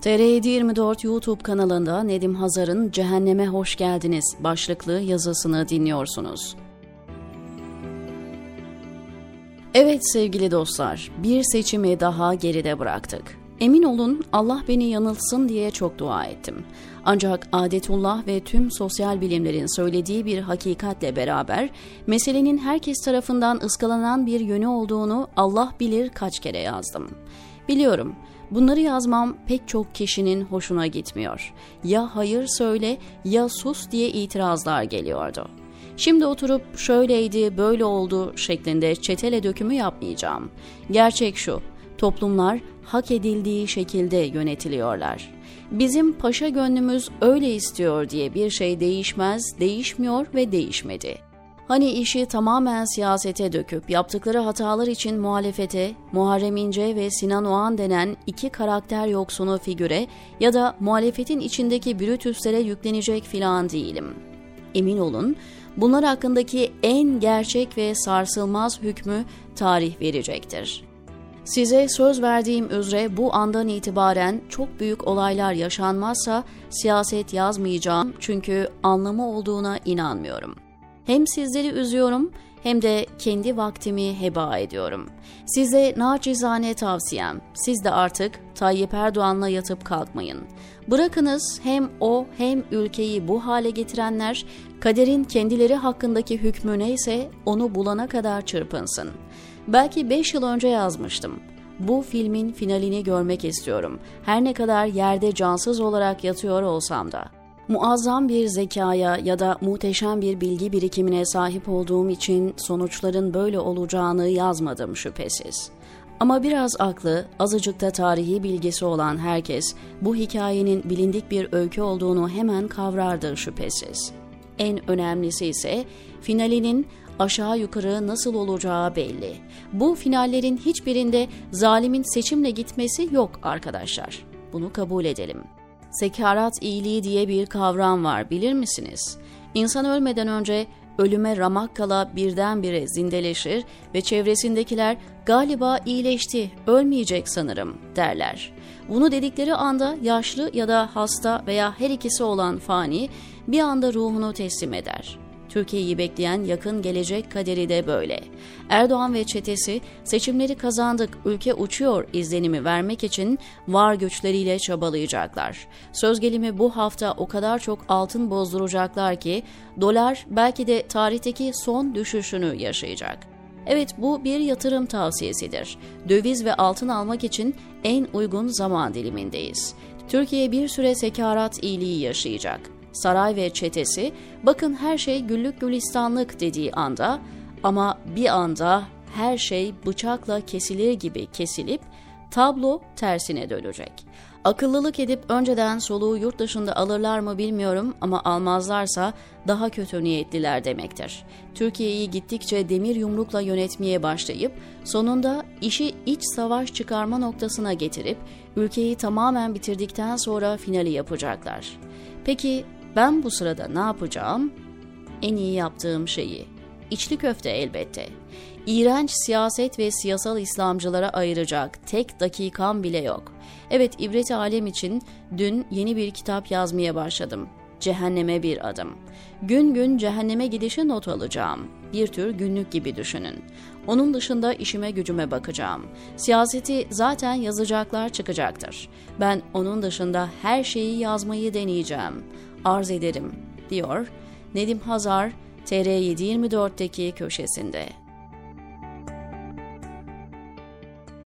TR724 YouTube kanalında Nedim Hazar'ın "Cehenneme Hoş Geldiniz" başlıklı yazısını dinliyorsunuz. Evet sevgili dostlar, bir seçimi daha geride bıraktık. Emin olun Allah beni yanıltsın diye çok dua ettim. Ancak adetullah ve tüm sosyal bilimlerin söylediği bir hakikatle beraber meselenin herkes tarafından ıskalanan bir yönü olduğunu Allah bilir kaç kere yazdım. Biliyorum, bunları yazmam pek çok kişinin hoşuna gitmiyor. Ya hayır söyle ya sus diye itirazlar geliyordu. Şimdi oturup şöyleydi, böyle oldu şeklinde çetele dökümü yapmayacağım. Gerçek şu, toplumlar hak edildiği şekilde yönetiliyorlar. Bizim paşa gönlümüz öyle istiyor diye bir şey değişmez, değişmiyor ve değişmedi. Hani işi tamamen siyasete döküp yaptıkları hatalar için muhalefete, Muharrem İnce ve Sinan Oğan denen iki karakter yoksunu figüre ya da muhalefetin içindeki Brutus'lere yüklenecek filan değilim. Emin olun, bunlar hakkındaki en gerçek ve sarsılmaz hükmü tarih verecektir. Size söz verdiğim üzere bu andan itibaren çok büyük olaylar yaşanmazsa siyaset yazmayacağım çünkü anlamı olduğuna inanmıyorum. Hem sizleri üzüyorum hem de kendi vaktimi heba ediyorum. Size naçizane tavsiyem, siz de artık Tayyip Erdoğan'la yatıp kalkmayın. Bırakınız hem o hem ülkeyi bu hale getirenler kaderin kendileri hakkındaki hükmü neyse onu bulana kadar çırpınsın. Belki 5 yıl önce yazmıştım. Bu filmin finalini görmek istiyorum. Her ne kadar yerde cansız olarak yatıyor olsam da. Muazzam bir zekaya ya da muhteşem bir bilgi birikimine sahip olduğum için sonuçların böyle olacağını yazmadım şüphesiz. Ama biraz aklı, azıcık da tarihi bilgisi olan herkes bu hikayenin bilindik bir öykü olduğunu hemen kavrardı şüphesiz. En önemlisi ise finalinin aşağı yukarı nasıl olacağı belli. Bu finallerin hiçbirinde zalimin seçimle gitmesi yok arkadaşlar. Bunu kabul edelim. Sekarat iyiliği diye bir kavram var, bilir misiniz? İnsan ölmeden önce ölüme ramak kala birdenbire zindeleşir ve çevresindekiler galiba iyileşti, ölmeyecek sanırım derler. Bunu dedikleri anda yaşlı ya da hasta veya her ikisi olan fani bir anda ruhunu teslim eder. Türkiye'yi bekleyen yakın gelecek kaderi de böyle. Erdoğan ve çetesi seçimleri kazandık, ülke uçuyor izlenimi vermek için var güçleriyle çabalayacaklar. Söz gelimi bu hafta o kadar çok altın bozduracaklar ki dolar belki de tarihteki son düşüşünü yaşayacak. Evet, bu bir yatırım tavsiyesidir. Döviz ve altın almak için en uygun zaman dilimindeyiz. Türkiye bir süre sekarat iyiliği yaşayacak. Saray ve çetesi bakın her şey güllük gülistanlık dediği anda ama bir anda her şey bıçakla kesilir gibi kesilip tablo tersine dönecek. Akıllılık edip önceden soluğu yurt dışında alırlar mı bilmiyorum ama almazlarsa daha kötü niyetliler demektir. Türkiye'yi gittikçe demir yumrukla yönetmeye başlayıp sonunda işi iç savaş çıkarma noktasına getirip ülkeyi tamamen bitirdikten sonra finali yapacaklar. Peki ben bu sırada ne yapacağım? En iyi yaptığım şeyi. İçli köfte elbette. İğrenç siyaset ve siyasal İslamcılara ayıracak tek dakikam bile yok. Evet, ibret-i alem için dün yeni bir kitap yazmaya başladım. Cehenneme bir adım. Gün gün cehenneme gidişi not alacağım. Bir tür günlük gibi düşünün. Onun dışında işime gücüme bakacağım. Siyaseti zaten yazacaklar çıkacaktır. Ben onun dışında her şeyi yazmayı deneyeceğim. Arz ederim, diyor Nedim Hazar TR724'teki köşesinde.